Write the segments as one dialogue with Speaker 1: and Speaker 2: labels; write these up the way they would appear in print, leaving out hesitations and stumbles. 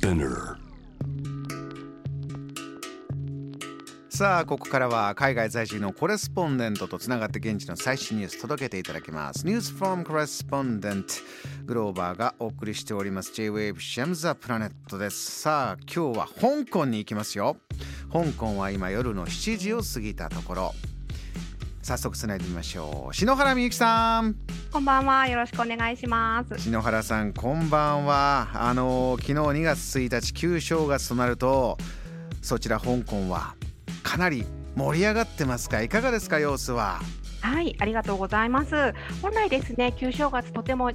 Speaker 1: Spinner.
Speaker 2: さあここからは海外在住のコレスポンデントとつながって現地の最新ニュース届けていただきます。 News from Correspondent グローバーがお送りしております J-Wave シェムザプラネットです。さあ今日は香港に行きますよ。香港は今夜の7時を過ぎたところ、早速つないでみましょう。篠原美幸さん、
Speaker 3: こんばんは。よろしくお願いします。
Speaker 2: 篠原さんこんばんは。昨日2月1日旧正月となるとそちら香港はかなり盛り上がってますか？いかがですか様子は？
Speaker 3: はい、ありがとうございます。本来ですね、旧正月とても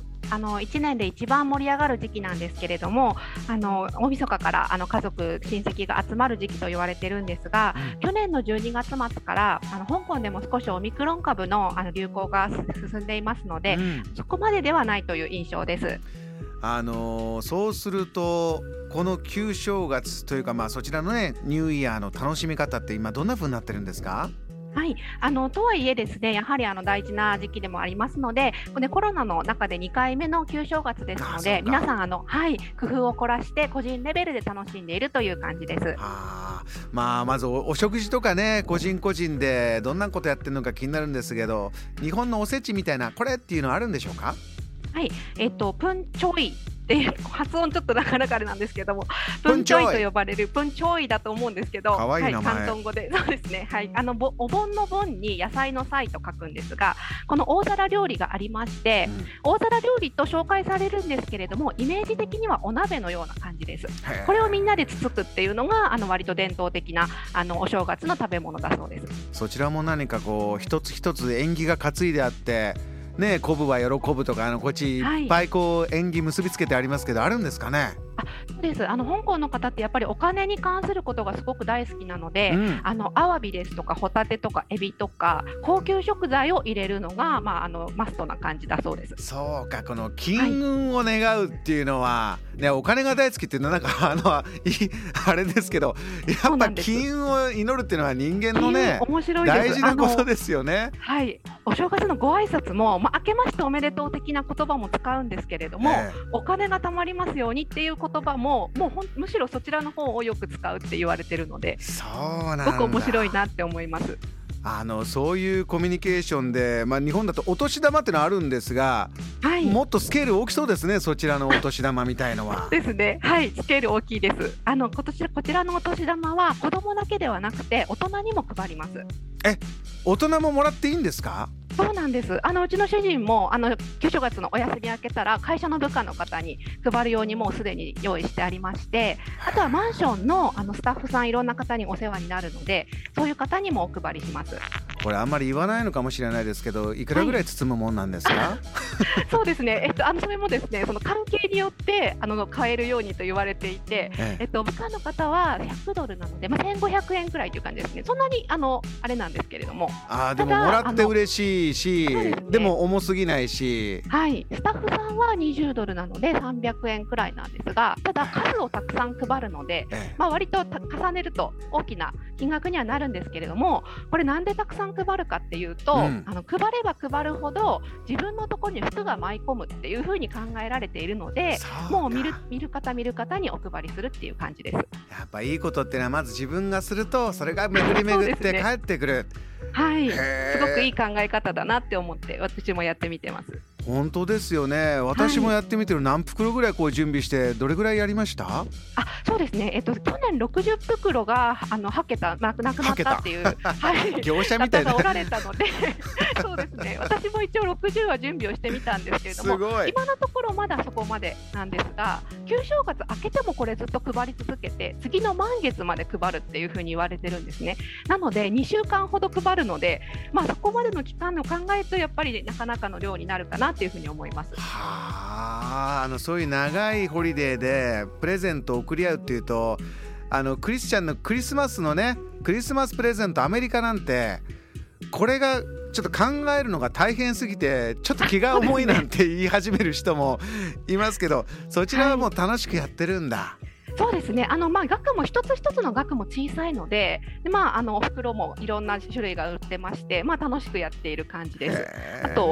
Speaker 3: 1年で一番盛り上がる時期なんですけれども、大晦日から家族親戚が集まる時期と言われてるんですが、去年の12月末から香港でも少しオミクロン株の流行が進んでいますので、そこまでではないという印象です。
Speaker 2: そうするとこの旧正月というか、そちらのねニューイヤーの楽しみ方って今どんな風になってるんですか？
Speaker 3: はい、とはいえですね、やはり大事な時期でもありますので、コロナの中で2回目の旧正月ですので、皆さん工夫を凝らして個人レベルで楽しんでいるという感じです。
Speaker 2: まず お食事とかね、個人個人でどんなことやってるのか気になるんですけど、日本のおせちみたいなこれっていうのはあるんでしょうか？
Speaker 3: はい、プンチョイって発音ちょっとなかなかあれなんですけども、プンチョイと呼ばれるプンチョイだと思うんですけど、
Speaker 2: かわいい名前。
Speaker 3: 広東語でそうですね、はい、お盆の盆に野菜の菜と書くんですが、この大皿料理がありまして、大皿料理と紹介されるんですけれども、イメージ的にはお鍋のような感じです。これをみんなでつつくっていうのが割と伝統的なお正月の食べ物だそうです。
Speaker 2: そちらも何かこう一つ一つ縁起が担いであってね、昆布は喜ぶとかこっちいっぱいこう縁起結びつけてありますけど、あるんですかね？
Speaker 3: そうです。香港の方ってやっぱりお金に関することがすごく大好きなので、アワビですとかホタテとかエビとか高級食材を入れるのが、マストな感じだそうです。
Speaker 2: そうか、この金運を願うっていうのは、ね、お金が大好きっていうのはなんかあれですけど、やっぱ金運を祈るっていうのは人間のね
Speaker 3: 面白いです。
Speaker 2: 大事なことですよね。
Speaker 3: はい、お正月のご挨拶も、明けましておめでとう的な言葉も使うんですけれども、お金が貯まりますようにっていう言葉もむしろそちらの方をよく使うって言われてるので、
Speaker 2: そうなんだ。
Speaker 3: すごく面白いなって思います。
Speaker 2: そういうコミュニケーションで、日本だとお年玉ってのはあるんですが、もっとスケール大きそうですね、そちらのお年玉みたいのは。
Speaker 3: ですね、はい、スケール大きいです。こちらのお年玉は子供だけではなくて大人にも配ります。
Speaker 2: 大人ももらっていいんですか？
Speaker 3: そうなんです。うちの主人も旧正月のお休み明けたら会社の部下の方に配るようにもうすでに用意してありまして、あとはマンションのスタッフさんいろんな方にお世話になるので、そういう方にもお配りします。
Speaker 2: これあんまり言わないのかもしれないですけど、いくらぐらい包むもんなんですか？
Speaker 3: そうですね、それもですね、その関係によって買えるようにと言われていて、部下の方は100ドルなので、1500円くらいという感じですね。そんなにあれなんですけれども、
Speaker 2: でももらって嬉しいし、でも重すぎないし、
Speaker 3: はい、スタッフさんは20ドルなので300円くらいなんですが、ただ数をたくさん配るので、割と重ねると大きな金額にはなるんですけれども、これなんでたくさん配るかっていうと、配れば配るほど自分のところに服が舞い込むっていう風に考えられているので、もう見る方にお配りするっていう感じです。
Speaker 2: やっぱいいことっていうのはまず自分がすると、それが巡り巡って帰ってくる。
Speaker 3: はい、すごくいい考え方だなって思って私もやってみてます。
Speaker 2: 本当ですよね。私もやってみてる。何袋ぐらいこう準備してどれぐらいやりました？
Speaker 3: そうですね、去年60袋がはけたなくなったっていう
Speaker 2: 業者みたいな
Speaker 3: 方がおられたのでそうですね、私も一応60は準備をしてみたんですけれども、今のところまだそこまでなんですが、旧正月明けてもこれずっと配り続けて、次の満月まで配るっていうふうに言われてるんですね。なので2週間ほど配るので、そこまでの期間を考えるとやっぱりなかなかの量になるかなっていうふうに思います。
Speaker 2: そういう長いホリデーでプレゼントを贈り合うっていうと、クリスチャンのクリスマスのね、クリスマスプレゼント、アメリカなんてこれがちょっと考えるのが大変すぎてちょっと気が重いなんて言い始める人もいますけど、そちらはもう楽しくやってるんだ。
Speaker 3: そうですね、額も一つ一つの額も小さいので、お袋もいろんな種類が売ってまして、楽しくやっている感じです。あと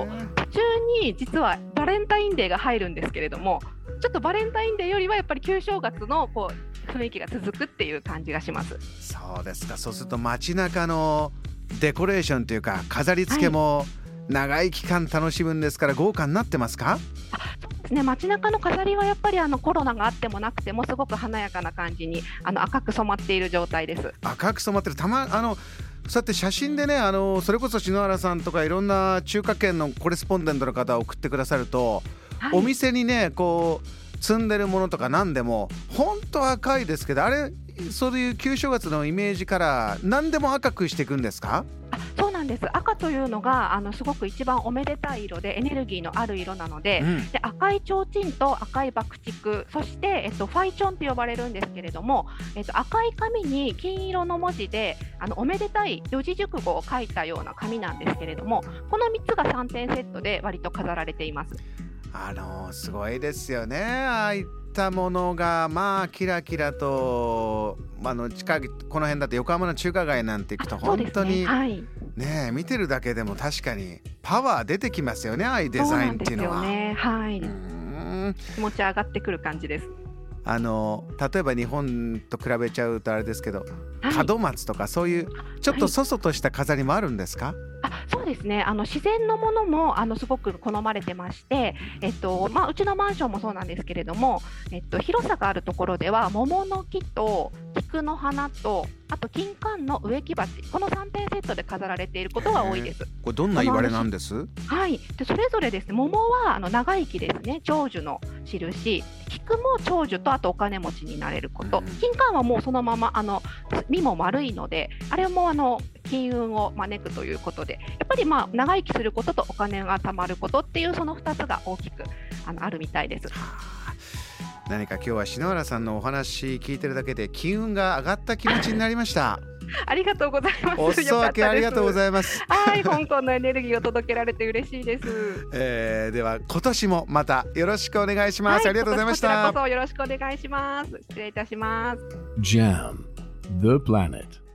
Speaker 3: 中に実はバレンタインデーが入るんですけれども、ちょっとバレンタインデーよりはやっぱり旧正月のこう雰囲気が続くっていう感じがします。
Speaker 2: そうですか。そうすると街中のデコレーションというか飾り付けも長い期間楽しむんですから豪華になってますか？
Speaker 3: そうですね、街中の飾りはやっぱりコロナがあってもなくてもすごく華やかな感じに赤く染まっている状態です。
Speaker 2: 赤く染まってる。そうやって写真でね、それこそ篠原さんとかいろんな中華圏のコレスポンデントの方を送ってくださると、お店にねこう積んでるものとか何でも本当は赤いですけど、あれそういう旧正月のイメージから何でも赤くしていくんですか？
Speaker 3: そうなんです。赤というのがすごく一番おめでたい色でエネルギーのある色なので、で赤い提灯と赤い爆竹、そして、ファイチョンと呼ばれるんですけれども、赤い紙に金色の文字でおめでたい四字熟語を書いたような紙なんですけれども、この3つが3点セットで割と飾られています。
Speaker 2: すごいですよね。ああいったものがキラキラとこの辺だと横浜の中華街なんて行くと本当にね、見てるだけでも確かにパワー出てきますよね、ああいうデザインっていうのは。
Speaker 3: そうなんですよね。気持ち上がってくる感じです。
Speaker 2: 例えば日本と比べちゃうとあれですけど、門松とかそういうちょっとそそとした飾りもあるんですか？
Speaker 3: そうですね、自然のものもすごく好まれてまして、うちのマンションもそうなんですけれども、広さがあるところでは桃の木と菊の花とあと金柑の植木鉢、この3点セットで飾られていることが多いです。
Speaker 2: これどんな言われなんです？
Speaker 3: でそれぞれですね、桃は長生きですね、長寿の印、菊も長寿とあとお金持ちになれること、金柑はもうそのまま実も丸いので、あれも金運を招くということで、やっぱり長生きすることとお金が貯まることっていうその2つが大きくあるみたいです。
Speaker 2: 何か今日は篠原さんのお話聞いてるだけで金運が上がった気持ちになりました
Speaker 3: ありがとうございます。
Speaker 2: お裾分けありがとうございます。
Speaker 3: 香港のエネルギーを届けられて嬉しいです。
Speaker 2: では今年もまたよろしくお願いします。ありがとうございました。
Speaker 3: こちらこそよろしくお願いします。失礼いたします。
Speaker 1: JAM The Planet